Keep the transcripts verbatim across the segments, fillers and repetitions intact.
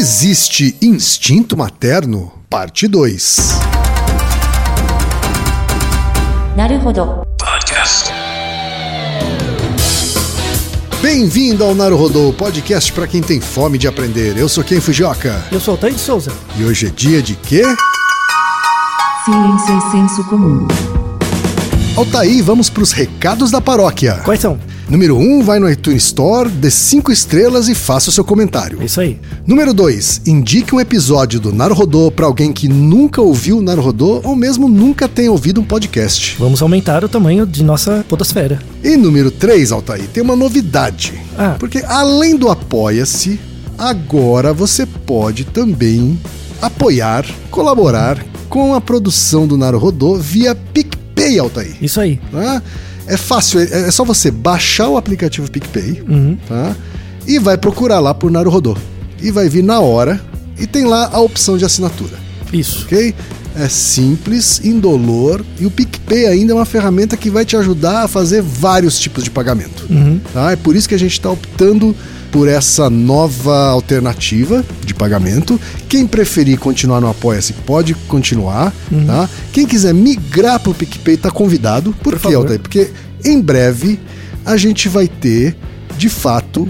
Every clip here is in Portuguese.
Existe instinto materno? Parte dois. Naruhodo. Podcast. Bem-vindo ao Naruhodo, podcast para quem tem fome de aprender. Eu sou Ken Fujioka. Eu sou o Altair de Souza. E hoje é dia de quê? Ciência e senso comum. Altair, vamos para os recados da paróquia. Quais são? Número um, vai no iTunes Store, dê cinco estrelas e faça o seu comentário. É isso aí. Número dois, indique um episódio do Naruhodo para alguém que nunca ouviu o Naruhodo ou mesmo nunca tenha ouvido um podcast. Vamos aumentar o tamanho de nossa podosfera. E número três, Altair, tem uma novidade. Ah. Porque além do Apoia-se, agora você pode também apoiar, colaborar com a produção do Naruhodo via PicPay, Altair. Isso aí. Tá? É fácil, é só você baixar o aplicativo PicPay, Uhum. tá? E vai procurar lá por Naruhodo. E vai vir na hora e tem lá a opção de assinatura, Isso. ok? É simples, indolor e o PicPay ainda é uma ferramenta que vai te ajudar a fazer vários tipos de pagamento. Uhum. Tá? É por isso que a gente está optando por essa nova alternativa de pagamento. Quem preferir continuar no Apoia-se pode continuar, Uhum. tá? Quem quiser migrar para o PicPay está convidado. Por, Por quê, favor. Altair? Porque em breve a gente vai ter, de fato,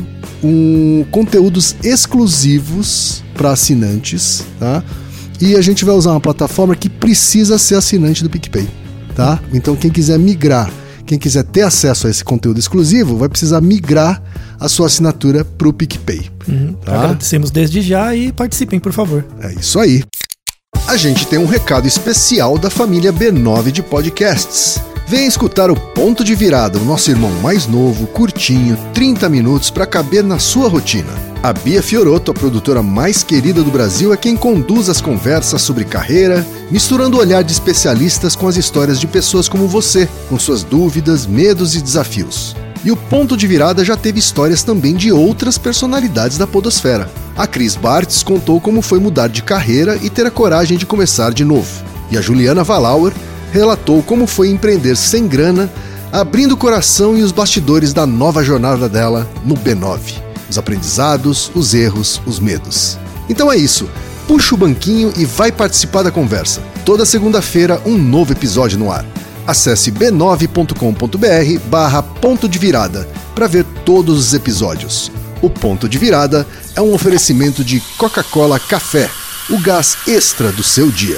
um, conteúdos exclusivos para assinantes, tá? E a gente vai usar uma plataforma que precisa ser assinante do PicPay, tá? Então quem quiser migrar, quem quiser ter acesso a esse conteúdo exclusivo, vai precisar migrar a sua assinatura para o PicPay. Uhum. Tá? Agradecemos desde já e participem, por favor. É isso aí. A gente tem um recado especial da família B nove de podcasts. Venha escutar o Ponto de Virada, o nosso irmão mais novo, curtinho, trinta minutos para caber na sua rotina. A Bia Fiorotto, a produtora mais querida do Brasil, é quem conduz as conversas sobre carreira, misturando o olhar de especialistas com as histórias de pessoas como você, com suas dúvidas, medos e desafios. E o Ponto de Virada já teve histórias também de outras personalidades da podosfera. A Cris Bartz contou como foi mudar de carreira e ter a coragem de começar de novo. E a Juliana Valauer relatou como foi empreender sem grana, abrindo o coração e os bastidores da nova jornada dela no B nove. Os aprendizados, os erros, os medos. Então é isso. Puxa o banquinho e vai participar da conversa. Toda segunda-feira, um novo episódio no ar. Acesse b nove ponto com ponto b r barra ponto de virada para ver todos os episódios. O Ponto de Virada é um oferecimento de Coca-Cola Café, o gás extra do seu dia.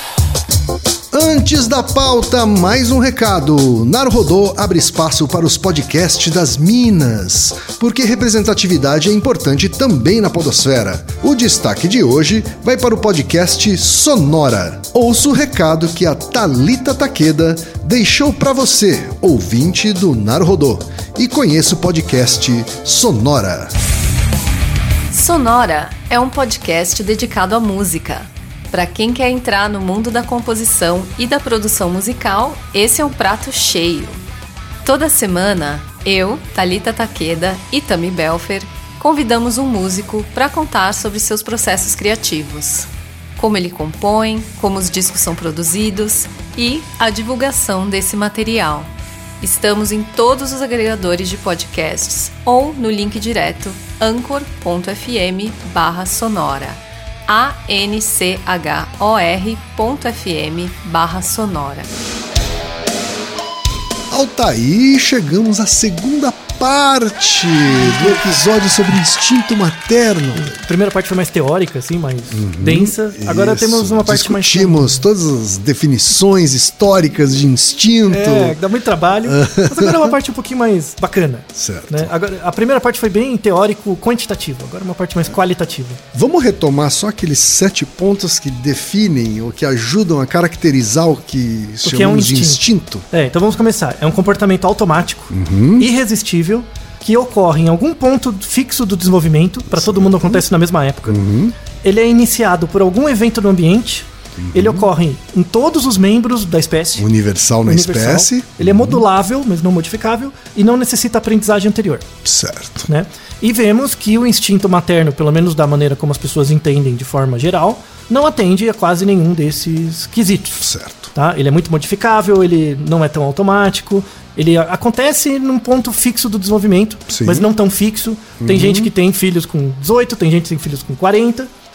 Antes da pauta, mais um recado. Naruhodo abre espaço para os podcasts das Minas, porque representatividade é importante também na podosfera. O destaque de hoje vai para o podcast Sonora. Ouça o recado que a Thalita Takeda deixou para você, ouvinte do Naruhodo, e conheça o podcast Sonora. Sonora é um podcast dedicado à música. Para quem quer entrar no mundo da composição e da produção musical, esse é um prato cheio. Toda semana, eu, Thalita Takeda e Tami Belfer convidamos um músico para contar sobre seus processos criativos, como ele compõe, como os discos são produzidos e a divulgação desse material. Estamos em todos os agregadores de podcasts ou no link direto anchor ponto f m barra sonora. A N C H O R ponto F M barra sonora. Altair, chegamos à segunda parte do episódio sobre instinto materno. A primeira parte foi mais teórica, assim, mais densa. Agora Isso. temos uma parte mais... Discutimos todas as definições históricas de instinto. É, dá muito trabalho. Mas agora é uma parte um pouquinho mais bacana. Certo. Né? Agora, a primeira parte foi bem teórico-quantitativo. Agora é uma parte mais qualitativa. Vamos retomar só aqueles sete pontos que definem ou que ajudam a caracterizar o que O que é um chamamos de instinto. instinto? É, então vamos começar. É um comportamento automático, Uhum. irresistível, que ocorre em algum ponto fixo do desenvolvimento. Para todo mundo acontece na mesma época. Uhum. Ele é iniciado por algum evento no ambiente. Ele ocorre em todos os membros da espécie. Universal na Universal. espécie. Ele é modulável, mas não modificável, e não necessita aprendizagem anterior. Certo. Né? E vemos que o instinto materno, pelo menos da maneira como as pessoas entendem de forma geral, não atende a quase nenhum desses quesitos. Certo. Tá? Ele é muito modificável, ele não é tão automático, ele acontece num ponto fixo do desenvolvimento, Sim. mas não tão fixo. Tem Uhum. gente que tem filhos com dezoito, tem gente que tem filhos com quarenta.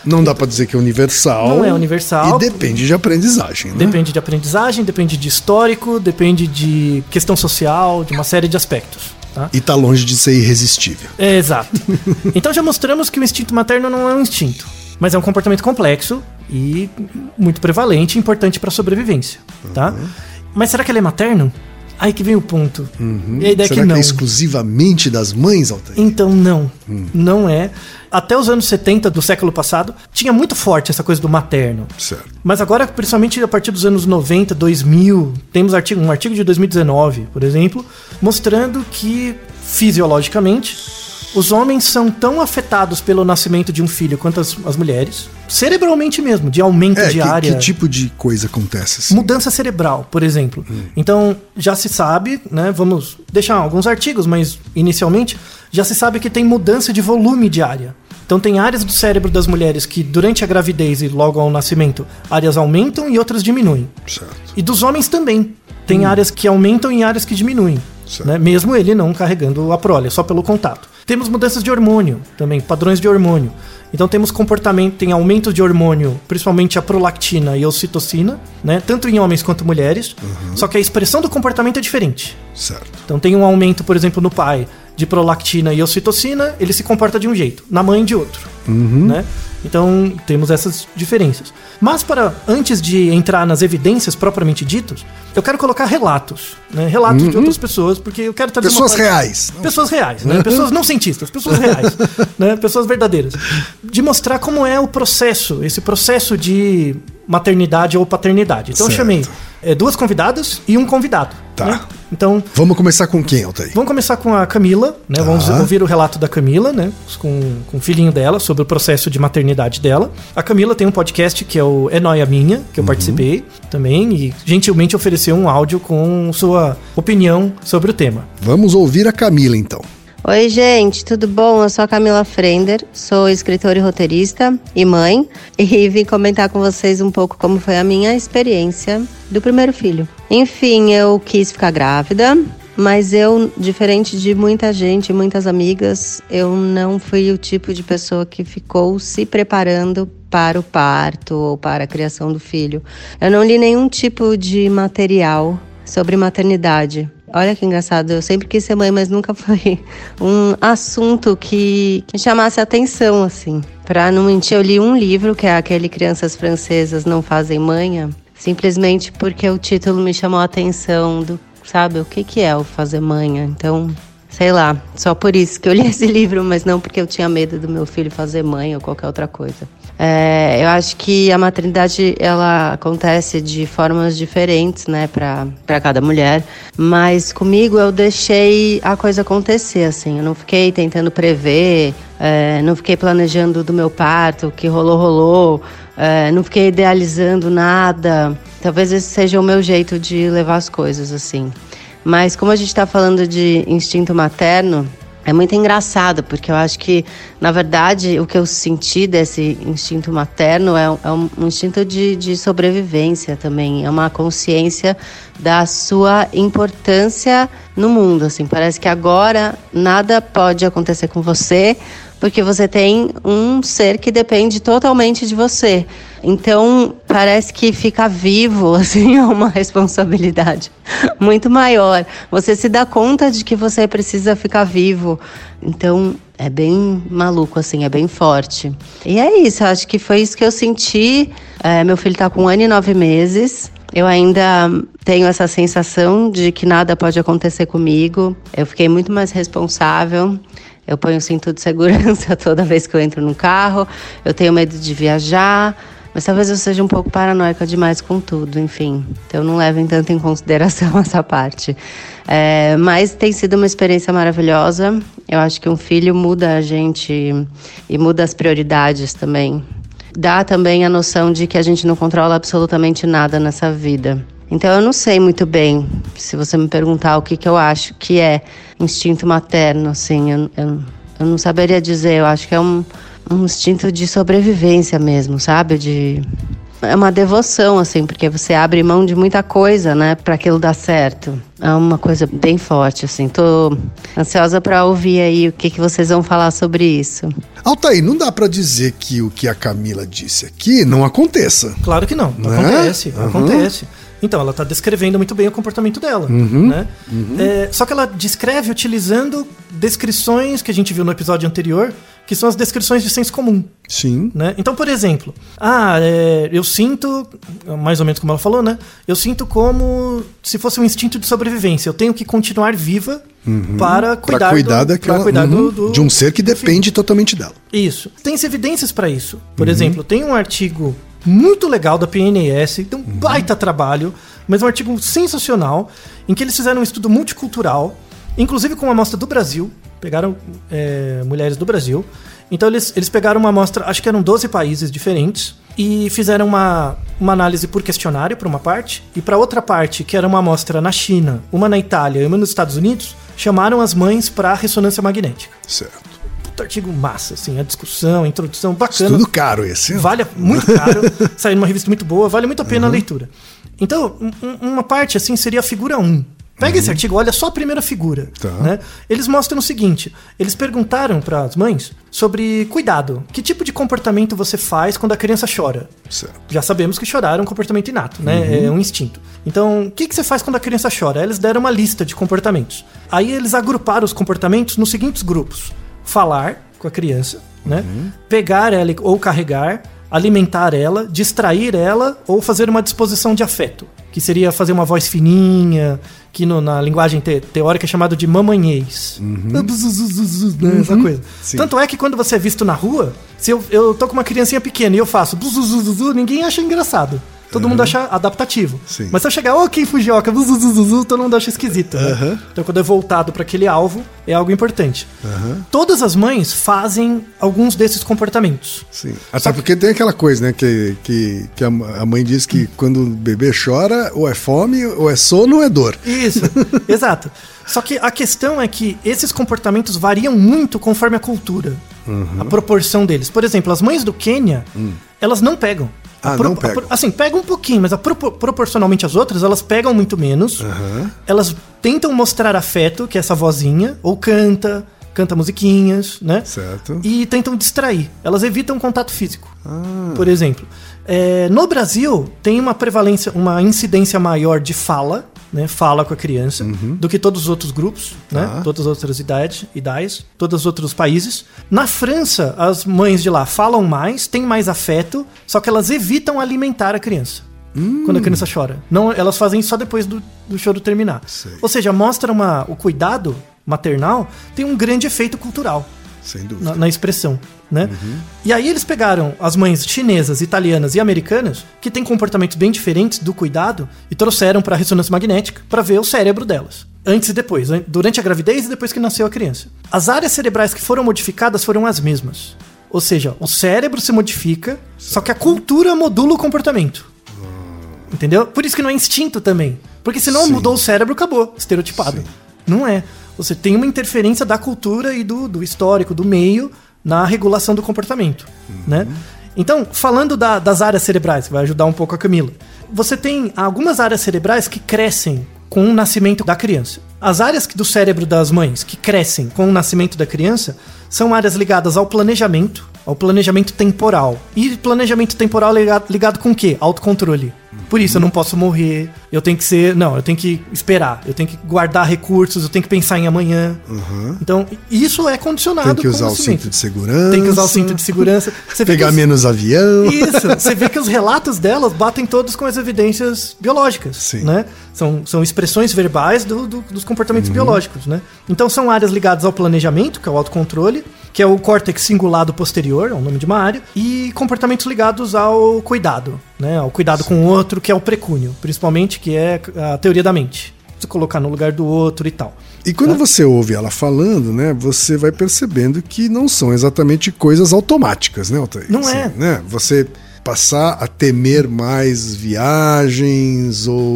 Não dá pra dizer que é universal. Não é universal. E depende de aprendizagem, né? Depende de aprendizagem, depende de histórico, depende de questão social, de uma série de aspectos. Tá? E tá longe de ser irresistível. É, exato. Então já mostramos que o instinto materno não é um instinto, mas é um comportamento complexo e muito prevalente e importante para a sobrevivência. Tá? Uhum. Mas será que ele é materno? Aí que vem o ponto. Uhum. E a ideia será que, não. que é exclusivamente das mães, Altair? Então não, hum. não é. Até os anos setenta do século passado, tinha muito forte essa coisa do materno. Certo. Mas agora, principalmente a partir dos anos noventa, dois mil, temos artigo, um artigo de dois mil e dezenove, por exemplo, mostrando que, fisiologicamente, os homens são tão afetados pelo nascimento de um filho quanto as, as mulheres, cerebralmente mesmo, de aumento é, de que, área. Que tipo de coisa acontece assim? Mudança cerebral, por exemplo. Hum. Então, já se sabe, né, vamos deixar alguns artigos, mas inicialmente, já se sabe que tem mudança de volume de área. Então tem áreas do cérebro das mulheres que durante a gravidez e logo ao nascimento, áreas aumentam e outras diminuem. Certo. E dos homens também. Tem hum. áreas que aumentam e áreas que diminuem. Né? Mesmo ele não carregando a prole, só pelo contato. Temos mudanças de hormônio também, padrões de hormônio. Então temos comportamento, tem aumentos de hormônio, principalmente a prolactina e a ocitocina, né? Tanto em homens quanto mulheres. Uhum. Só que a expressão do comportamento é diferente. Certo. Então tem um aumento, por exemplo, no pai de prolactina e ocitocina, ele se comporta de um jeito, na mãe de outro. Uhum. Né? Então temos essas diferenças. Mas para antes de entrar nas evidências propriamente ditas, eu quero colocar relatos, né? Relatos uhum. de outras pessoas, porque eu quero trazer pessoas uma... reais, pessoas reais, né? Pessoas não cientistas, pessoas reais, né? Pessoas verdadeiras, de mostrar como é o processo, esse processo de maternidade ou paternidade. Então certo. Eu chamei é, duas convidadas e um convidado. Tá. Né? Então, vamos começar com quem, Altair? Vamos começar com a Camila, né? Tá. Vamos ouvir o relato da Camila, né? Com, com o filhinho dela, sobre o processo de maternidade dela. A Camila tem um podcast que é o É Nóia Minha, que eu uhum. participei também, e gentilmente ofereceu um áudio com sua opinião sobre o tema. Vamos ouvir a Camila, então. Oi, gente, tudo bom? Eu sou a Camila Frender, sou escritora e roteirista e mãe, e vim comentar com vocês um pouco como foi a minha experiência do primeiro filho. Enfim, eu quis ficar grávida, mas eu, diferente de muita gente, muitas amigas, eu não fui o tipo de pessoa que ficou se preparando para o parto ou para a criação do filho. Eu não li nenhum tipo de material sobre maternidade. Olha que engraçado, eu sempre quis ser mãe, mas nunca foi um assunto que, que chamasse atenção, assim. Pra não mentir, eu li um livro, que é aquele Crianças Francesas Não Fazem Manha, simplesmente porque o título me chamou a atenção do, sabe, o que que é o fazer manha. Então, sei lá, só por isso que eu li esse livro, mas não porque eu tinha medo do meu filho fazer mãe ou qualquer outra coisa. É, eu acho que a maternidade, ela acontece de formas diferentes, né, pra, pra cada mulher, mas comigo eu deixei a coisa acontecer, assim, eu não fiquei tentando prever, é, não fiquei planejando do meu parto, o que rolou, rolou, é, não fiquei idealizando nada. Talvez esse seja o meu jeito de levar as coisas, assim. Mas como a gente tá falando de instinto materno, é muito engraçado, porque eu acho que, na verdade, o que eu senti desse instinto materno é um, é um instinto de, de sobrevivência também. É uma consciência da sua importância no mundo, assim. Parece que agora nada pode acontecer com você, porque você tem um ser que depende totalmente de você. Então, parece que ficar vivo, assim, é uma responsabilidade muito maior. Você se dá conta de que você precisa ficar vivo. Então, é bem maluco, assim, é bem forte. E é isso, eu acho que foi isso que eu senti. É, meu filho tá com um ano e nove meses. Eu ainda tenho essa sensação de que nada pode acontecer comigo. Eu fiquei muito mais responsável. Eu ponho o cinto de segurança toda vez que eu entro no carro. Eu tenho medo de viajar. Mas talvez eu seja um pouco paranoica demais com tudo, enfim. Então não levem tanto em consideração essa parte. É, mas tem sido uma experiência maravilhosa. Eu acho que um filho muda a gente e muda as prioridades também. Dá também a noção de que a gente não controla absolutamente nada nessa vida. Então eu não sei muito bem, se você me perguntar o que, que eu acho que é instinto materno, assim, eu, eu, eu não saberia dizer. Eu acho que é um, um instinto de sobrevivência mesmo, sabe? De... é uma devoção, assim, porque você abre mão de muita coisa, né, pra aquilo dar certo. É uma coisa bem forte, assim. Tô ansiosa pra ouvir aí o que, que vocês vão falar sobre isso. Altair, não dá pra dizer que o que a Camila disse aqui não aconteça. Claro que não. Não Né? acontece. Uhum. Acontece. Então, ela está descrevendo muito bem o comportamento dela. Uhum, né? Uhum. É, só que ela descreve utilizando descrições que a gente viu no episódio anterior, que são as descrições de senso comum. Sim. Né? Então, por exemplo, ah, é, eu sinto, mais ou menos como ela falou, né? Eu sinto como se fosse um instinto de sobrevivência. Eu tenho que continuar viva uhum. para cuidar, pra cuidar, do, daquela, pra cuidar uhum, do, do, de um ser que depende totalmente dela. Isso. Tem evidências para isso. Por uhum. exemplo, tem um artigo muito legal da P N S, tem um uhum. baita trabalho, mas um artigo sensacional, em que eles fizeram um estudo multicultural, inclusive com uma amostra do Brasil, pegaram é, mulheres do Brasil, então eles, eles pegaram uma amostra, acho que eram doze países diferentes, e fizeram uma, uma análise por questionário para uma parte, e para outra parte, que era uma amostra na China, uma na Itália e uma nos Estados Unidos, chamaram as mães para ressonância magnética. Certo. Artigo massa, assim, a discussão, a introdução, bacana. Tudo caro esse. Vale muito caro, saiu numa revista muito boa, vale muito a pena uhum. a leitura. Então, um, uma parte, assim, seria a figura um. Pega uhum. esse artigo, olha só a primeira figura. Tá. Né? Eles mostram o seguinte, eles perguntaram para as mães sobre cuidado. Que tipo de comportamento você faz quando a criança chora? Certo. Já sabemos que chorar é um comportamento inato, né? Uhum. É um instinto. Então, o que, que você faz quando a criança chora? Eles deram uma lista de comportamentos. Aí eles agruparam os comportamentos nos seguintes grupos. Falar com a criança, né? Uhum. Pegar ela ou carregar, alimentar ela, distrair ela ou fazer uma disposição de afeto, que seria fazer uma voz fininha, que no, na linguagem te, teórica é chamado de mamanhês. Uhum. Né? Essa coisa. Sim. Tanto é que quando você é visto na rua, se eu, eu tô com uma criancinha pequena e eu faço ninguém acha engraçado. Todo uhum. mundo acha adaptativo. Sim. Mas se eu chegar, ô, quem fugioca, todo mundo acha esquisito. Né? Uhum. Então, quando é voltado para aquele alvo, é algo importante. Uhum. Todas as mães fazem alguns desses comportamentos. Sim. Até porque que... tem aquela coisa, né? Que, que, que a mãe diz que quando o bebê chora, ou é fome, ou é sono, ou é dor. Isso, exato. Só que a questão é que esses comportamentos variam muito conforme a cultura. Uhum. A proporção deles. Por exemplo, as mães do Quênia, uhum. elas não pegam. Ah, pro, não pegam. A, assim, pegam um pouquinho, mas a pro, proporcionalmente às outras, elas pegam muito menos. Uhum. Elas tentam mostrar afeto, que é essa vozinha, ou canta, canta musiquinhas, né? Certo. E tentam distrair. Elas evitam contato físico, ah. por exemplo. É, no Brasil, tem uma prevalência, uma incidência maior de fala, né, fala com a criança, uhum. do que todos os outros grupos, né, ah. todas as outras idades, idades, todos os outros países. Na França, as mães de lá falam mais, têm mais afeto, só que elas evitam alimentar a criança hum. quando a criança chora. Não, elas fazem isso só depois do, do choro terminar. Sei. Ou seja, mostra uma, o cuidado maternal tem um grande efeito cultural. Sem dúvida. Na, na expressão, né? Uhum. E aí eles pegaram as mães chinesas, italianas e americanas, que têm comportamentos bem diferentes do cuidado, e trouxeram para a ressonância magnética para ver o cérebro delas. Antes e depois, durante a gravidez e depois que nasceu a criança. As áreas cerebrais que foram modificadas foram as mesmas. Ou seja, o cérebro se modifica, só que a cultura modula o comportamento. Entendeu? Por isso que não é instinto também. Porque se não mudou o cérebro, acabou, estereotipado. Sim. Não é. Você tem uma interferência da cultura e do, do histórico, do meio, na regulação do comportamento, uhum. né? Então, falando da, das áreas cerebrais, que vai ajudar um pouco a Camila, você tem algumas áreas cerebrais que crescem com o nascimento da criança. As áreas do cérebro das mães que crescem com o nascimento da criança são áreas ligadas ao planejamento, ao planejamento temporal. E planejamento temporal ligado, ligado com o quê? Autocontrole. Por isso, eu não posso morrer, eu tenho que ser... Não, eu tenho que esperar, eu tenho que guardar recursos, eu tenho que pensar em amanhã. Uhum. Então, isso é condicionado com o Tem que usar o cinto de segurança. Tem que usar o cinto de segurança. Você pegar os... menos avião. Isso, você vê que os relatos delas batem todos com as evidências biológicas. Sim. Né? São, são expressões verbais do, do, dos comportamentos uhum. biológicos. Né? Então, são áreas ligadas ao planejamento, que é o autocontrole, que é o córtex cingulado posterior, é o nome de uma área, e comportamentos ligados ao cuidado, né? Ao cuidado Sim. com o outro, que é o precúnio, principalmente, que é a teoria da mente. Se colocar no lugar do outro e tal. E quando né? você ouve ela falando, né, você vai percebendo que não são exatamente coisas automáticas, né, Altair? Não assim, é. Né? Você passar a temer mais viagens ou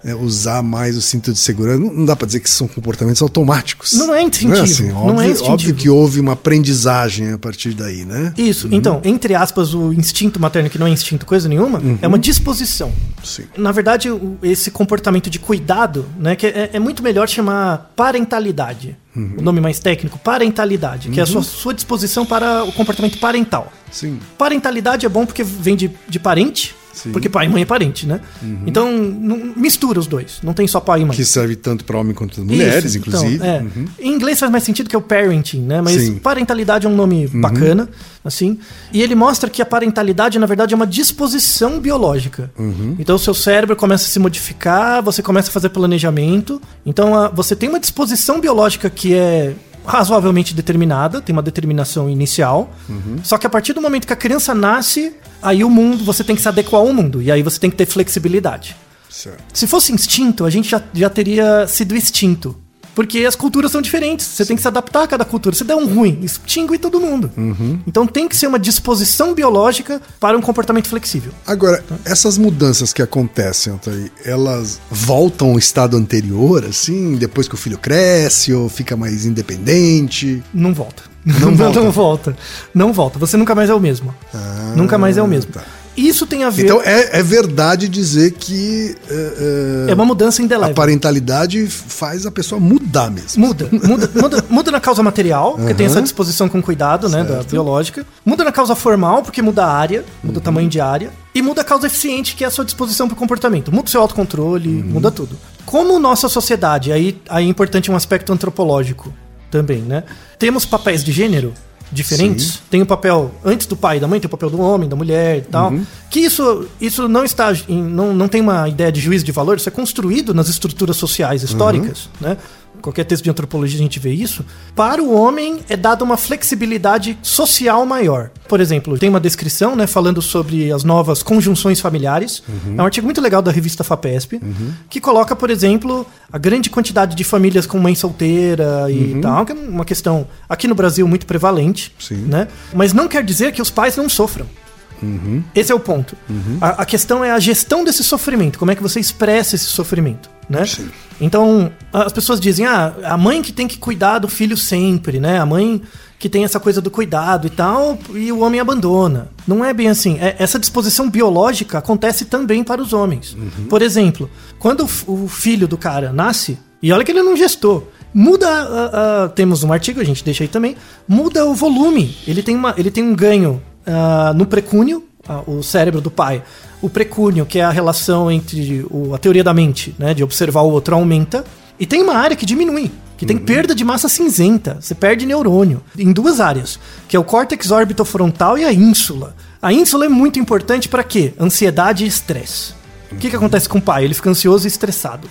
é, usar mais o cinto de segurança. Não, não dá pra dizer que são comportamentos automáticos. Não é instintivo. Não é assim, óbvio, não é instintivo. Óbvio que houve uma aprendizagem a partir daí, né? Isso. Uhum. Então, entre aspas, o instinto materno, que não é instinto coisa nenhuma, uhum. é uma disposição. Sim. Na verdade, o, esse comportamento de cuidado, né, que é, é muito melhor chamar parentalidade. Uhum. O nome mais técnico, parentalidade, uhum. que é a sua, sua disposição para o comportamento parental. Sim. Parentalidade é bom porque vem de, de parente, sim. porque pai e mãe é parente, né? Uhum. Então, não, mistura os dois, não tem só pai e mãe. Que serve tanto para homem quanto para mulheres, isso, inclusive. Então, é. uhum. Em inglês faz mais sentido que é o parenting, né? Mas sim. parentalidade é um nome uhum. bacana, assim. E ele mostra que a parentalidade, na verdade, é uma disposição biológica. Uhum. Então, o seu cérebro começa a se modificar, você começa a fazer planejamento. Então, a, você tem uma disposição biológica que é razoavelmente determinada, tem uma determinação inicial. Uhum. Só que a partir do momento que a criança nasce, aí o mundo, você tem que se adequar ao mundo. E aí você tem que ter flexibilidade. Certo. Se fosse instinto, a gente já, já teria sido extinto. Porque as culturas são diferentes. Você Sim. tem que se adaptar a cada cultura. Se der um ruim, extingue todo mundo. Uhum. Então tem que ser uma disposição biológica para um comportamento flexível. Agora, tá? essas mudanças que acontecem, Altair, elas voltam ao estado anterior, assim, depois que o filho cresce ou fica mais independente? Não volta. Não, não volta. Não volta. Não volta. Você nunca mais é o mesmo. Ah, nunca mais é o mesmo. Tá. Isso tem a ver... Então é, é verdade dizer que... É, é uma mudança indelével. A parentalidade faz a pessoa mudar mesmo. Muda. Muda, muda, muda na causa material, porque uhum. tem essa disposição com cuidado, né, da biológica. Muda na causa formal, porque muda a área, muda uhum. o tamanho de área. E muda a causa eficiente, que é a sua disposição para o comportamento. Muda o seu autocontrole, uhum. muda tudo. Como nossa sociedade, aí, aí é importante um aspecto antropológico também, né? Temos papéis de gênero diferentes. Sim. Tem o papel antes do pai e da mãe, tem o papel do homem, da mulher e tal. Uhum. Que isso, isso não está em, não, não tem uma ideia de juízo de valor, isso é construído nas estruturas sociais históricas, uhum. né? Qualquer texto de antropologia a gente vê isso. Para o homem é dada uma flexibilidade social maior. Por exemplo, tem uma descrição, né, falando sobre as novas conjunções familiares. Uhum. É um artigo muito legal da revista FAPESP, uhum. que coloca, por exemplo, a grande quantidade de famílias com mãe solteira e uhum. tal, que é uma questão aqui no Brasil muito prevalente. Sim. Né? Mas não quer dizer que os pais não sofram. Uhum. Esse é o ponto. Uhum. A, a questão é a gestão desse sofrimento. Como é que você expressa esse sofrimento, né? Sim. Então, as pessoas dizem, ah, a mãe que tem que cuidar do filho sempre, né? A mãe que tem essa coisa do cuidado e tal, e o homem abandona. Não é bem assim. É, essa disposição biológica acontece também para os homens. Uhum. Por exemplo, quando o, o filho do cara nasce, e olha que ele não gestou, muda, uh, uh, temos um artigo, a gente deixa aí também, muda o volume. Ele tem, uma, ele tem um ganho uh, no precúnio, uh, o cérebro do pai. O precúnio, que é a relação entre o, a teoria da mente, né, de observar o outro, aumenta. E tem uma área que diminui, que tem uhum. perda de massa cinzenta. Você perde neurônio em duas áreas, que é o córtex orbitofrontal e a ínsula. A ínsula é muito importante para quê? Ansiedade e estresse. O que, que acontece com o pai? Ele fica ansioso e estressado.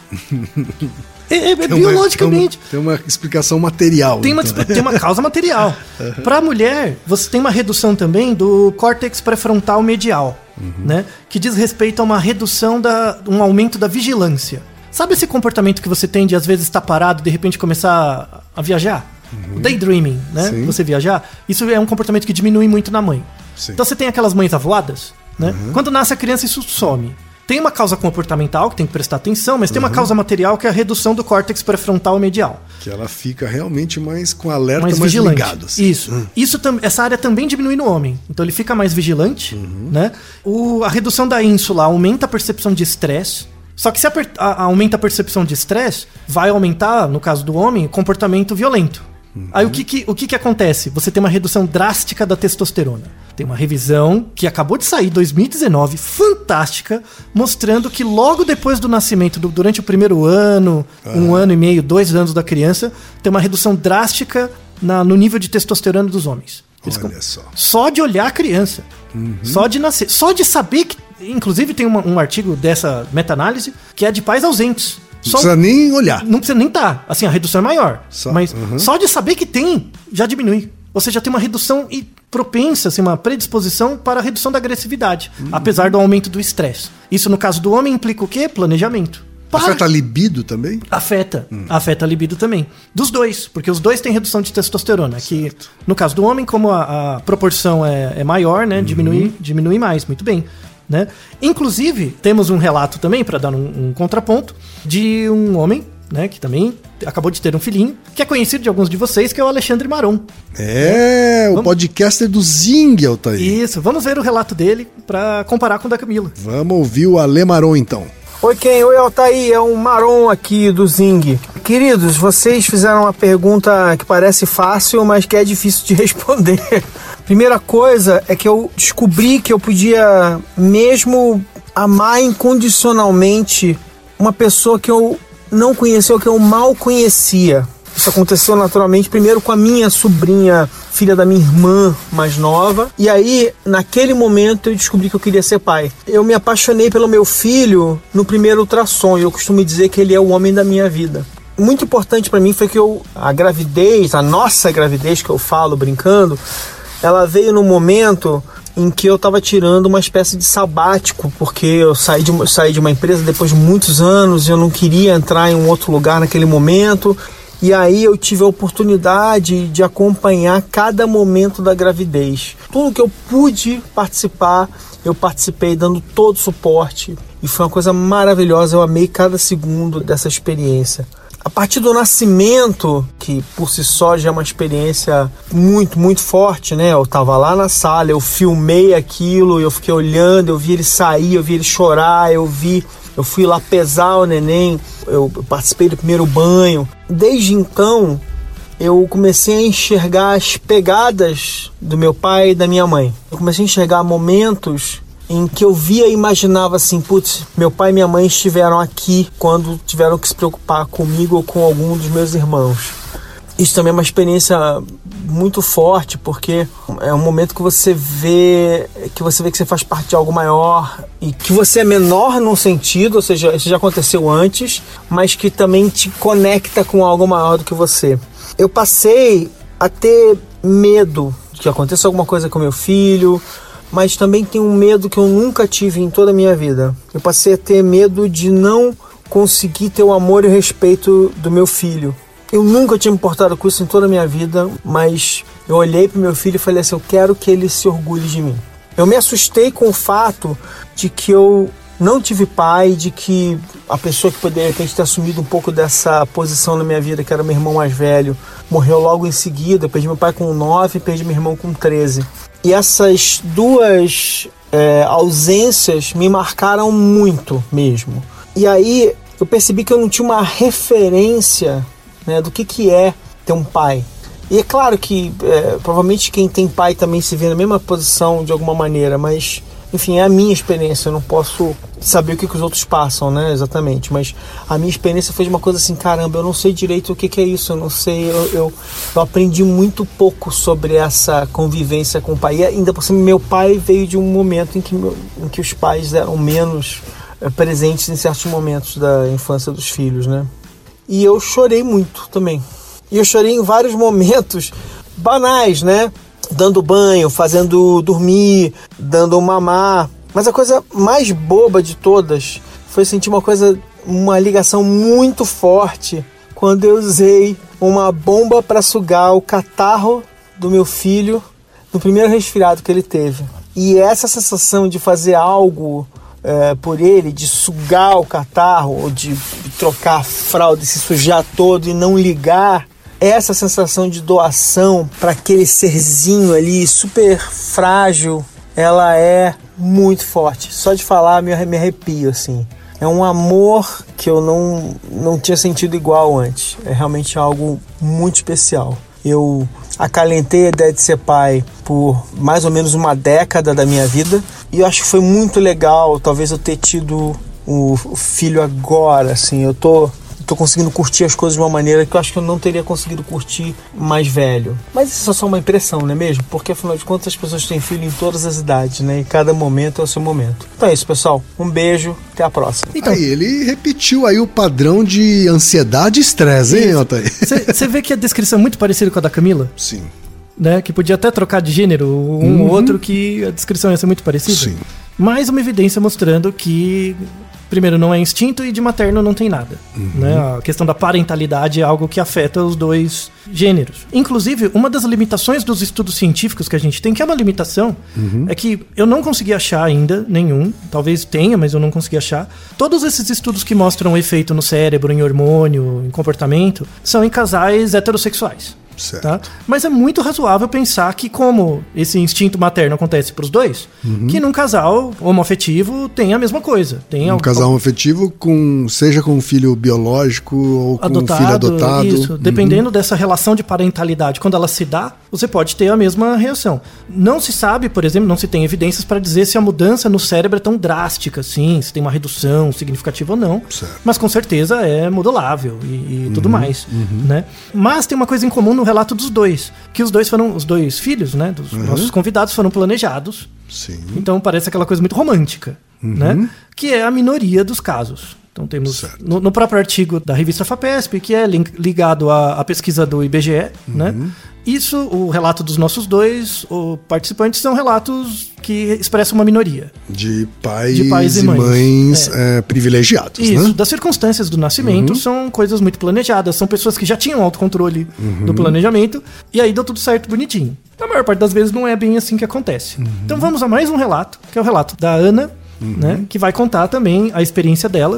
É, é, é tem biologicamente. Uma, tem, uma, tem uma explicação material. Tem uma, então. tem uma causa material. Uhum. Para a mulher, você tem uma redução também do córtex pré-frontal medial, uhum. né? Que diz respeito a uma redução, da, um aumento da vigilância. Sabe esse comportamento que você tem de às vezes estar parado e de repente começar a viajar? Uhum. Daydreaming, né? Sim. Você viajar. Isso é um comportamento que diminui muito na mãe. Sim. Então você tem aquelas mães avoadas, né? Uhum. Quando nasce a criança, isso some. Tem uma causa comportamental, que tem que prestar atenção, mas uhum. tem uma causa material, que é a redução do córtex pré-frontal medial. Que ela fica realmente mais com alerta, mais, mais vigilante. ligado. Assim. Isso. Uhum. Isso essa área também diminui no homem. Então ele fica mais vigilante, uhum. né? O, a redução da ínsula aumenta a percepção de estresse. Só que se a, a, aumenta a percepção de estresse, vai aumentar, no caso do homem, o comportamento violento. Uhum. Aí o, que, que, o que, que acontece? Você tem uma redução drástica da testosterona. Tem uma revisão que acabou de sair em dois mil e dezenove, fantástica, mostrando que logo depois do nascimento, do, durante o primeiro ano, uhum. um ano e meio, dois anos da criança, tem uma redução drástica na, no nível de testosterona dos homens. Eles Olha só. Só de olhar a criança. Uhum. Só de nascer. Só de saber que... Inclusive tem uma, um artigo dessa meta-análise que é de pais ausentes. Não só, precisa nem olhar. Não precisa nem estar. Tá. Assim, a redução é maior. Só, mas uhum. só de saber que tem, já diminui. Ou seja, tem uma redução e propensa, assim, uma predisposição para a redução da agressividade, uhum. apesar do aumento do estresse. Isso, no caso do homem, implica o quê? Planejamento. Para... Afeta a libido também? Afeta. Hum. Afeta a libido também. Dos dois, porque os dois têm redução de testosterona. Certo. Que, no caso do homem, como a, a proporção é, é maior, né? Uhum. Diminui, diminui mais, muito bem. né? Inclusive, temos um relato também, para dar um, um contraponto, de um homem, né, que também acabou de ter um filhinho, que é conhecido de alguns de vocês, que é o Alexandre Maron. É, o vamos... podcaster do Zingel tá aí. Isso, vamos ver o relato dele para comparar com o da Camila. Vamos ouvir o Ale Maron, então. Oi, Ken. Oi, Altair. É o Maron aqui do Zing. Queridos, vocês fizeram uma pergunta que parece fácil, mas que é difícil de responder. Primeira coisa é que eu descobri que eu podia mesmo amar incondicionalmente uma pessoa que eu não conhecia, ou que eu mal conhecia. Isso aconteceu naturalmente primeiro com a minha sobrinha, filha da minha irmã mais nova. E aí, naquele momento, eu descobri que eu queria ser pai. Eu me apaixonei pelo meu filho no primeiro ultrassom. E eu costumo dizer que ele é o homem da minha vida. Muito importante para mim foi que eu, a gravidez, a nossa gravidez que eu falo brincando, ela veio no momento em que eu estava tirando uma espécie de sabático, porque eu saí de, uma, saí de uma empresa depois de muitos anos, eu não queria entrar em um outro lugar naquele momento. E aí eu tive a oportunidade de acompanhar cada momento da gravidez. Tudo que eu pude participar, eu participei dando todo o suporte. E foi uma coisa maravilhosa, eu amei cada segundo dessa experiência. A partir do nascimento, que por si só já é uma experiência muito, muito forte, né? Eu tava lá na sala, eu filmei aquilo, eu fiquei olhando, eu vi ele sair, eu vi ele chorar, eu vi... Eu fui lá pesar o neném, eu participei do primeiro banho. Desde então, eu comecei a enxergar as pegadas do meu pai e da minha mãe. Eu comecei a enxergar momentos em que eu via e imaginava assim, putz, meu pai e minha mãe estiveram aqui quando tiveram que se preocupar comigo ou com algum dos meus irmãos. Isso também é uma experiência muito forte, porque é um momento que você vê que você vê que você faz parte de algo maior e que você é menor num sentido, ou seja, isso já aconteceu antes, mas que também te conecta com algo maior do que você. Eu passei a ter medo de que aconteça alguma coisa com meu filho, mas também tenho um medo que eu nunca tive em toda a minha vida. Eu passei a ter medo de não conseguir ter o amor e o respeito do meu filho. Eu nunca tinha me importado com isso em toda a minha vida, mas eu olhei para o meu filho e falei assim, eu quero que ele se orgulhe de mim. Eu me assustei com o fato de que eu não tive pai, de que a pessoa que poderia de repente ter assumido um pouco dessa posição na minha vida, que era meu irmão mais velho, morreu logo em seguida. Eu perdi meu pai com nove e perdi meu irmão com treze. E essas duas é, ausências me marcaram muito mesmo. E aí eu percebi que eu não tinha uma referência, né, do que, que é ter um pai. E é claro que é, provavelmente quem tem pai também se vê na mesma posição de alguma maneira, mas enfim, é a minha experiência, eu não posso saber o que, que os outros passam, né, exatamente, mas a minha experiência foi de uma coisa assim, caramba, eu não sei direito o que, que é isso, eu não sei, eu, eu, eu aprendi muito pouco sobre essa convivência com o pai, e ainda por cima meu pai veio de um momento em que, meu, em que os pais eram menos é, presentes em certos momentos da infância dos filhos, né. E eu chorei muito também. E eu chorei em vários momentos banais, né? Dando banho, fazendo dormir, dando mamar. Mas a coisa mais boba de todas foi sentir uma coisa, uma ligação muito forte quando eu usei uma bomba para sugar o catarro do meu filho no primeiro resfriado que ele teve. E essa sensação de fazer algo É, por ele, de sugar o catarro, ou de trocar a fralda e se sujar todo e não ligar, essa sensação de doação para aquele serzinho ali, super frágil, ela é muito forte. Só de falar me, me arrepio, assim. É um amor que eu não, não tinha sentido igual antes. É realmente algo muito especial. Eu acalentei a ideia de ser pai por mais ou menos uma década da minha vida e eu acho que foi muito legal, talvez eu ter tido o filho agora, assim, eu tô, tô conseguindo curtir as coisas de uma maneira que eu acho que eu não teria conseguido curtir mais velho. Mas isso é só uma impressão, não é mesmo? Porque afinal de contas as pessoas têm filho em todas as idades, né? E cada momento é o seu momento. Então é isso, pessoal. Um beijo, até a próxima. Então, aí, ele repetiu aí o padrão de ansiedade e estresse, hein, Altair? Você vê que a descrição é muito parecida com a da Camila? Sim. Né? Que podia até trocar de gênero, um ou uhum. outro, que a descrição ia ser muito parecida. Sim. Mais uma evidência mostrando que primeiro, não é instinto e de materno não tem nada. Uhum. Né? A questão da parentalidade é algo que afeta os dois gêneros. Inclusive, uma das limitações dos estudos científicos que a gente tem, que é uma limitação, uhum. é que eu não consegui achar ainda nenhum, talvez tenha, mas eu não consegui achar. Todos esses estudos que mostram o efeito no cérebro, em hormônio, em comportamento, são em casais heterossexuais. Tá? Mas é muito razoável pensar que, como esse instinto materno acontece para os dois, uhum. que num casal homoafetivo tem a mesma coisa. Tem um algum... casal homoafetivo, com, seja com um filho biológico ou com adotado, um filho adotado. Isso, uhum. dependendo dessa relação de parentalidade, quando ela se dá, você pode ter a mesma reação. Não se sabe, por exemplo, não se tem evidências para dizer se a mudança no cérebro é tão drástica assim, se tem uma redução significativa ou não. Certo. Mas com certeza é modulável e, e uhum. tudo mais. Uhum. Né? Mas tem uma coisa em comum no relato dos dois, que os dois foram, os dois filhos, né, dos uhum. nossos convidados foram planejados. Sim. Então parece aquela coisa muito romântica, uhum. né, que é a minoria dos casos. Então temos no, no próprio artigo da revista FAPESP, que é link, ligado à, à pesquisa do I B G E, uhum. né? Isso, o relato dos nossos dois o, participantes são relatos que expressam uma minoria. De pais, de pais e mães, mães é. É, privilegiados, Isso, né? Das circunstâncias do nascimento, uhum. são coisas muito planejadas. São pessoas que já tinham autocontrole uhum. do planejamento, e aí deu tudo certo bonitinho. Na maior parte das vezes não é bem assim que acontece. Uhum. Então vamos a mais um relato, que é o relato da Ana, uhum. né, que vai contar também a experiência dela.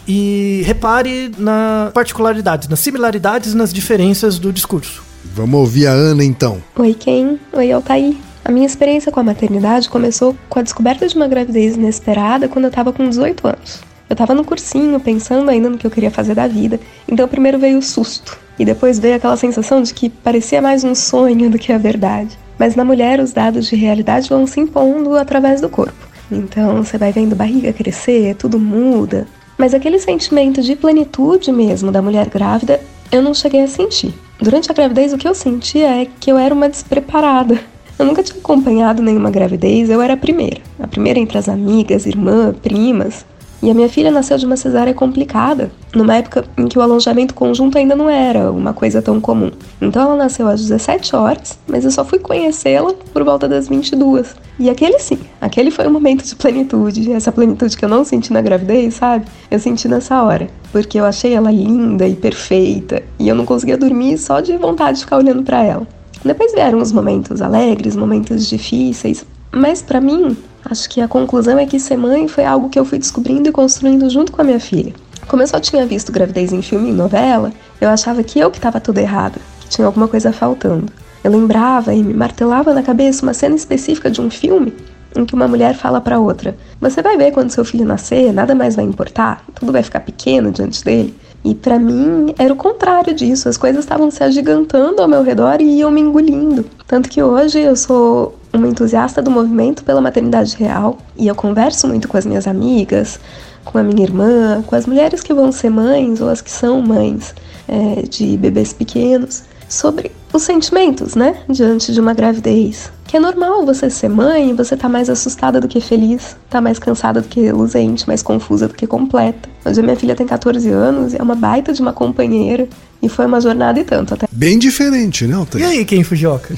E repare na particularidades, nas similaridades e nas diferenças do discurso. Vamos ouvir a Ana, então. Oi, Ken. Oi, Altair. A minha experiência com a maternidade começou com a descoberta de uma gravidez inesperada quando eu estava com dezoito anos. Eu estava no cursinho, pensando ainda no que eu queria fazer da vida, então primeiro veio o susto, e depois veio aquela sensação de que parecia mais um sonho do que a verdade. Mas na mulher, os dados de realidade vão se impondo através do corpo. Então você vai vendo barriga crescer, tudo muda. Mas aquele sentimento de plenitude mesmo da mulher grávida, eu não cheguei a sentir. Durante a gravidez, o que eu sentia é que eu era uma despreparada. Eu nunca tinha acompanhado nenhuma gravidez, eu era a primeira. A primeira entre as amigas, irmã, primas. E a minha filha nasceu de uma cesárea complicada, numa época em que o alojamento conjunto ainda não era uma coisa tão comum. Então ela nasceu às dezessete horas, mas eu só fui conhecê-la por volta das vinte e duas. E aquele sim, aquele foi um momento de plenitude, essa plenitude que eu não senti na gravidez, sabe? Eu senti nessa hora, porque eu achei ela linda e perfeita, e eu não conseguia dormir só de vontade de ficar olhando pra ela. Depois vieram os momentos alegres, momentos difíceis, mas pra mim, acho que a conclusão é que ser mãe foi algo que eu fui descobrindo e construindo junto com a minha filha. Como eu só tinha visto gravidez em filme e novela, eu achava que eu que estava tudo errado, que tinha alguma coisa faltando. Eu lembrava e me martelava na cabeça uma cena específica de um filme em que uma mulher fala para outra: você vai ver quando seu filho nascer, nada mais vai importar, tudo vai ficar pequeno diante dele. E pra mim era o contrário disso, as coisas estavam se agigantando ao meu redor e iam me engolindo. Tanto que hoje eu sou uma entusiasta do movimento pela maternidade real e eu converso muito com as minhas amigas, com a minha irmã, com as mulheres que vão ser mães ou as que são mães é, de bebês pequenos, sobre os sentimentos, né, diante de uma gravidez. Que é normal você ser mãe e você tá mais assustada do que feliz, tá mais cansada do que luzente, mais confusa do que completa. Hoje a minha filha tem catorze anos e é uma baita de uma companheira e foi uma jornada e tanto até. Bem diferente, né, Altair? E aí, Ken Fujioka?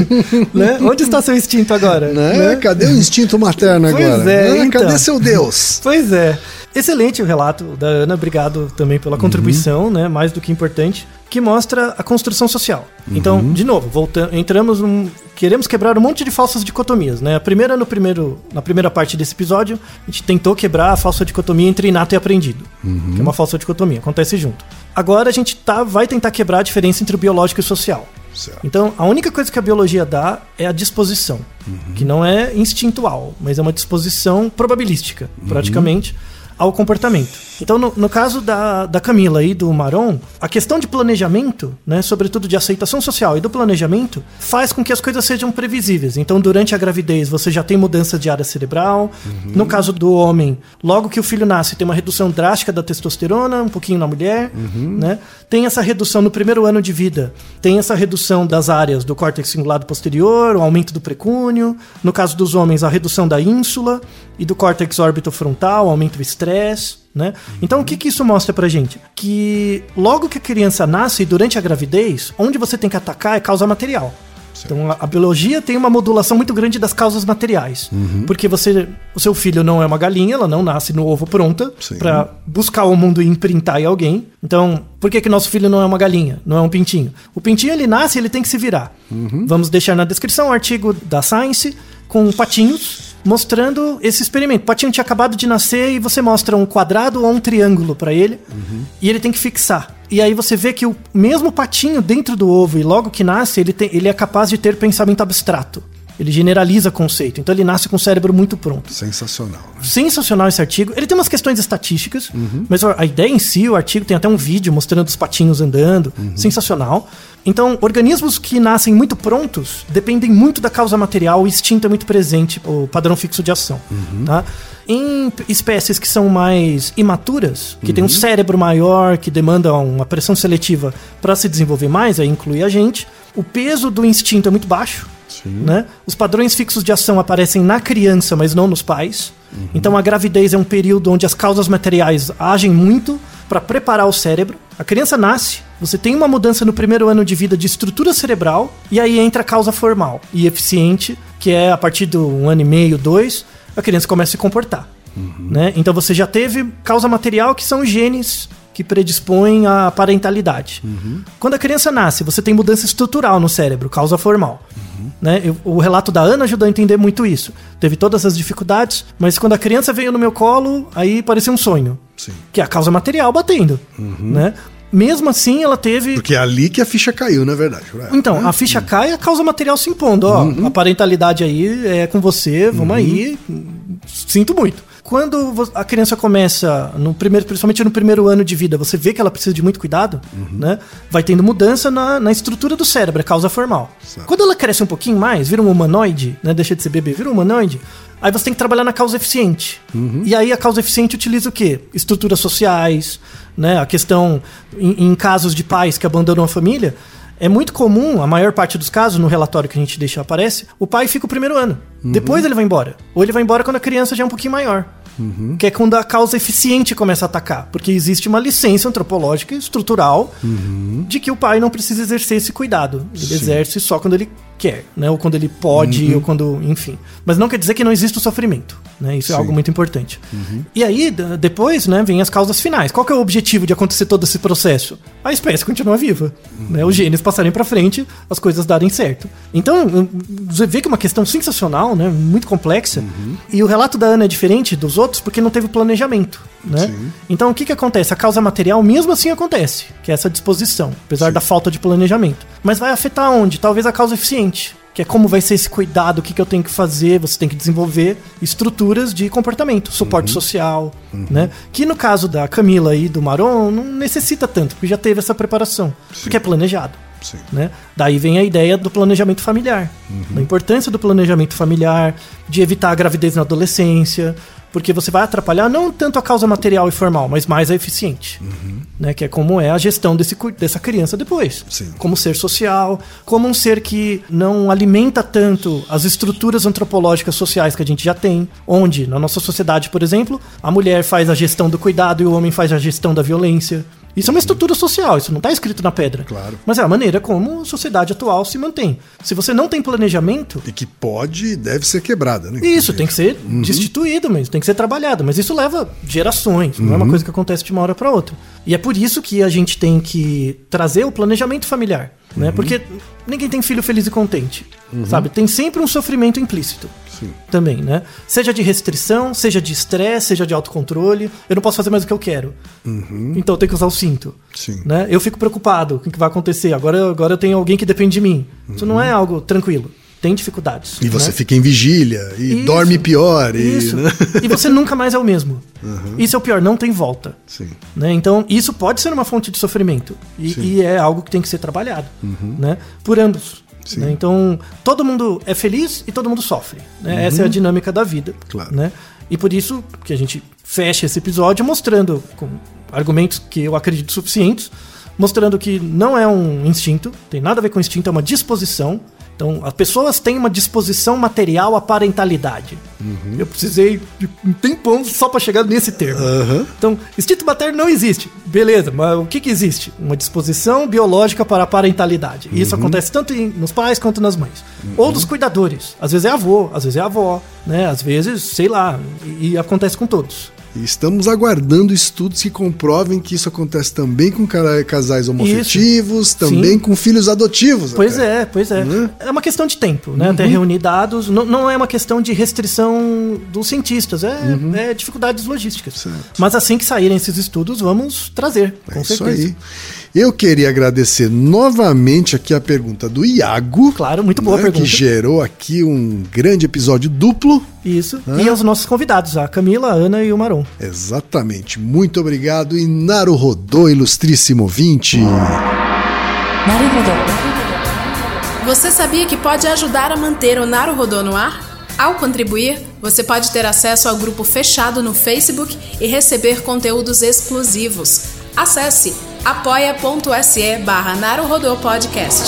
Né? Onde está seu instinto agora? Né? Né? Cadê o instinto materno pois agora? É, né? então. Cadê seu Deus? Pois é. Excelente o relato da Ana, obrigado também pela contribuição, uhum. né, mais do que importante, que mostra a construção social. Uhum. Então, de novo, voltando, entramos num, queremos quebrar um monte de falsas dicotomias, né? A primeira, no primeiro, na primeira parte desse episódio, a gente tentou quebrar a falsa dicotomia entre inato e aprendido, uhum. que é uma falsa dicotomia, acontece junto. Agora a gente tá, vai tentar quebrar a diferença entre o biológico e o social. Certo. Então, a única coisa que a biologia dá é a disposição, uhum. que não é instintual, mas é uma disposição probabilística, uhum. praticamente, ao comportamento. Então, no, no caso da, da Camila e do Maron, a questão de planejamento, né, sobretudo de aceitação social e do planejamento, faz com que as coisas sejam previsíveis. Então, durante a gravidez, você já tem mudança de área cerebral. Uhum. No caso do homem, logo que o filho nasce, tem uma redução drástica da testosterona, um pouquinho na mulher. Uhum. Né? Tem essa redução no primeiro ano de vida. Tem essa redução das áreas do córtex cingulado posterior, o aumento do precúnio. No caso dos homens, a redução da ínsula e do córtex órbito-frontal, aumento do estresse. Né? Então, o que, que isso mostra pra gente? Que logo que a criança nasce, durante a gravidez, onde você tem que atacar é causa material. Então a, a biologia tem uma modulação muito grande das causas materiais. Uhum. Porque você, o seu filho não é uma galinha, ela não nasce no ovo pronta para buscar o mundo e imprintar em alguém. Então, por que que nosso filho não é uma galinha, não é um pintinho? O pintinho, ele nasce e ele tem que se virar. Uhum. Vamos deixar na descrição um artigo da Science com patinhos mostrando esse experimento. O patinho tinha acabado de nascer e você mostra um quadrado ou um triângulo para ele, uhum. e ele tem que fixar. E aí você vê que o mesmo patinho dentro do ovo, e logo que nasce, ele, tem, ele é capaz de ter pensamento abstrato. Ele generaliza conceito. Então ele nasce com o cérebro muito pronto. Sensacional. Né? Sensacional esse artigo. Ele tem umas questões estatísticas, uhum. mas a ideia em si, o artigo tem até um vídeo mostrando os patinhos andando. Uhum. Sensacional. Então, organismos que nascem muito prontos dependem muito da causa material, o instinto é muito presente, o padrão fixo de ação. Uhum. Tá? Em espécies que são mais imaturas, que uhum. têm um cérebro maior, que demandam uma pressão seletiva para se desenvolver mais, aí inclui a gente, o peso do instinto é muito baixo. Né? Os padrões fixos de ação aparecem na criança, mas não nos pais. Uhum. Então a gravidez é um período onde as causas materiais agem muito para preparar o cérebro. A criança nasce, você tem uma mudança no primeiro ano de vida de estrutura cerebral, e aí entra a causa formal e eficiente, que é a partir do um ano e meio, dois, a criança começa a se comportar. Uhum. Né? Então você já teve causa material, que são genes que predispõem à parentalidade. Uhum. Quando a criança nasce, você tem mudança estrutural no cérebro, causa formal. Uhum. Né? Eu, o relato da Ana ajudou a entender muito isso. Teve todas as dificuldades, mas quando a criança veio no meu colo, aí parecia um sonho. Sim. Que é a causa material batendo. Uhum. Né? Mesmo assim, ela teve... Porque é ali que a ficha caiu, na verdade. Então, né? A ficha uhum. cai e a causa material se impondo. Ó, uhum. a parentalidade aí é com você, vamos uhum. aí. Sinto muito. Quando a criança começa, no primeiro, principalmente no primeiro ano de vida, você vê que ela precisa de muito cuidado, uhum. né? Vai tendo mudança na, na estrutura do cérebro, é causa formal. Certo. Quando ela cresce um pouquinho mais, vira um humanoide, né? Deixa de ser bebê, vira um humanoide, aí você tem que trabalhar na causa eficiente. Uhum. E aí a causa eficiente utiliza o quê? Estruturas sociais, né? A questão, em, em casos de pais que abandonam a família, é muito comum, a maior parte dos casos, no relatório que a gente deixa aparece, o pai fica o primeiro ano. Uhum. Depois ele vai embora. Ou ele vai embora quando a criança já é um pouquinho maior. Uhum. Que é quando a causa eficiente começa a atacar. Porque existe uma licença antropológica e estrutural uhum. de que o pai não precisa exercer esse cuidado. Ele Sim. exerce só quando ele quer, né? Ou quando ele pode, uhum. ou quando... Enfim. Mas não quer dizer que não existe o sofrimento. Né? Isso Sim. é algo muito importante. Uhum. E aí, d- depois, né, vem as causas finais. Qual que é o objetivo de acontecer todo esse processo? A espécie continua viva. Uhum. Né? Os genes passarem pra frente, as coisas darem certo. Então, você vê que é uma questão sensacional, né? Muito complexa. Uhum. E o relato da Ana é diferente dos outros porque não teve planejamento. Né? Então, o que, que acontece? A causa material, mesmo assim, acontece. Que é essa disposição, apesar Sim. da falta de planejamento. Mas vai afetar onde? Talvez a causa eficiente. Que é como vai ser esse cuidado, o que, que eu tenho que fazer. Você tem que desenvolver estruturas de comportamento, suporte uhum. social, uhum. né? Que no caso da Camila e do Maron, não necessita tanto, porque já teve essa preparação. Sim. Porque é planejado. Sim. Né? Daí vem a ideia do planejamento familiar. Uhum. A importância do planejamento familiar, de evitar a gravidez na adolescência, porque você vai atrapalhar não tanto a causa material e formal, mas mais a eficiente. Uhum. Né? Que é como é a gestão desse, dessa criança depois. Sim. Como ser social, como um ser que não alimenta tanto as estruturas antropológicas sociais que a gente já tem, onde, na nossa sociedade, por exemplo, a mulher faz a gestão do cuidado e o homem faz a gestão da violência. Isso é uma estrutura social, isso não está escrito na pedra. Claro. Mas é a maneira como a sociedade atual se mantém. Se você não tem planejamento... E que pode e deve ser quebrada, né? Isso, tem que ser uhum. destituído mesmo, tem que ser trabalhado. Mas isso leva gerações, uhum. não é uma coisa que acontece de uma hora para outra. E é por isso que a gente tem que trazer o planejamento familiar. Né? Uhum. Porque ninguém tem filho feliz e contente, uhum. sabe? Tem sempre um sofrimento implícito. Sim. Também, né? Seja de restrição, seja de estresse, seja de autocontrole. Eu não posso fazer mais o que eu quero. Uhum. Então eu tenho que usar o cinto. Sim. Né? Eu fico preocupado com o que vai acontecer. Agora, agora eu tenho alguém que depende de mim. Uhum. Isso não é algo tranquilo. Tem dificuldades. E você né? fica em vigília, e isso, dorme pior. E, isso. Né? E você nunca mais é o mesmo. Uhum. Isso é o pior, não tem volta. Sim. Né? Então, isso pode ser uma fonte de sofrimento. E, e é algo que tem que ser trabalhado. Uhum. Né? Por ambos. Né? Então, todo mundo é feliz e todo mundo sofre. Né? Uhum. Essa é a dinâmica da vida. Claro. Né? E por isso que a gente fecha esse episódio mostrando, com argumentos que eu acredito suficientes, mostrando que não é um instinto, tem nada a ver com instinto, é uma disposição. Então, as pessoas têm uma disposição material à parentalidade. Uhum. Eu precisei de um tempão só para chegar nesse termo. Uhum. Então, instinto materno não existe. Beleza, mas o que, que existe? Uma disposição biológica para a parentalidade. E isso uhum. acontece tanto em, nos pais quanto nas mães. Uhum. Ou dos cuidadores. Às vezes é avô, às vezes é avó, né? Às vezes, sei lá, e, e acontece com todos. E estamos aguardando estudos que comprovem que isso acontece também com casais homoafetivos, isso. também Sim. com filhos adotivos. Pois até. é, pois é. Uhum. É uma questão de tempo, né? Uhum. Até reunir dados. Não, não é uma questão de restrição dos cientistas, é, uhum. é dificuldades logísticas. Certo. Mas assim que saírem esses estudos, vamos trazer, com é certeza. Isso aí. Eu queria agradecer novamente aqui a pergunta do Iago. Claro, muito boa né, pergunta. Que gerou aqui um grande episódio duplo. Isso. Ah. E aos nossos convidados, a Camila, a Ana e o Maron. Exatamente. Muito obrigado. E Naruhodô, ilustríssimo ouvinte. Naruhodô. Você sabia que pode ajudar a manter o Naruhodô no ar? Ao contribuir, você pode ter acesso ao grupo fechado no Facebook e receber conteúdos exclusivos. Acesse apoia.se barra Naruhodô Podcast.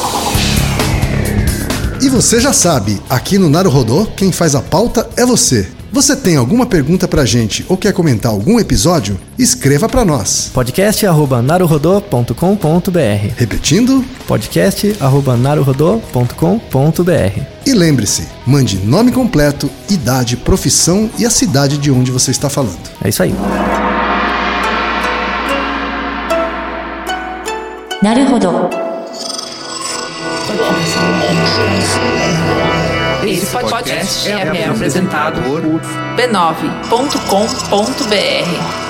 E você já sabe, aqui no Naruhodô, quem faz a pauta é você. Você tem alguma pergunta pra gente ou quer comentar algum episódio? Escreva pra nós. podcast arroba naruhodô ponto com ponto br. Repetindo? podcast arroba naruhodô ponto com ponto br. E lembre-se, mande nome completo, idade, profissão e a cidade de onde você está falando. É isso aí. Naruhodô. Esse podcast é apresentado por b nove ponto com ponto br.